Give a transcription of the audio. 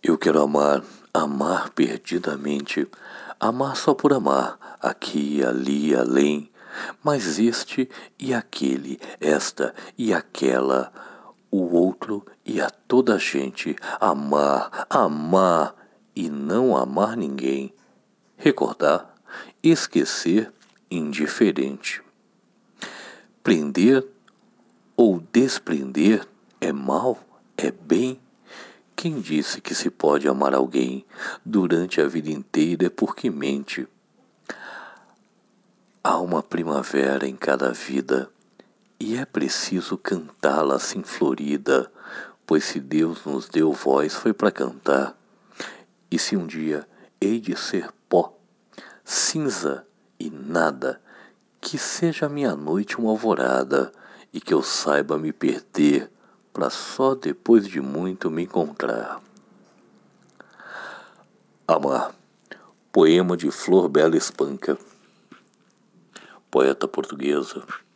Eu quero amar, amar perdidamente, amar só por amar, aqui, ali, além, mas este e aquele, esta e aquela, o outro e a toda a gente, amar, amar e não amar ninguém, recordar, esquecer, indiferente. Prender ou desprender é mal, é bem? Quem disse que se pode amar alguém durante a vida inteira é porque mente. Há uma primavera em cada vida e é preciso cantá-la assim florida, pois se Deus nos deu voz foi para cantar. E se um dia hei de ser pó, cinza e nada, que seja a minha noite uma alvorada e que eu saiba me perder para só depois de muito me encontrar. Amar. Poema de Flor Bela Espanca, poeta portuguesa.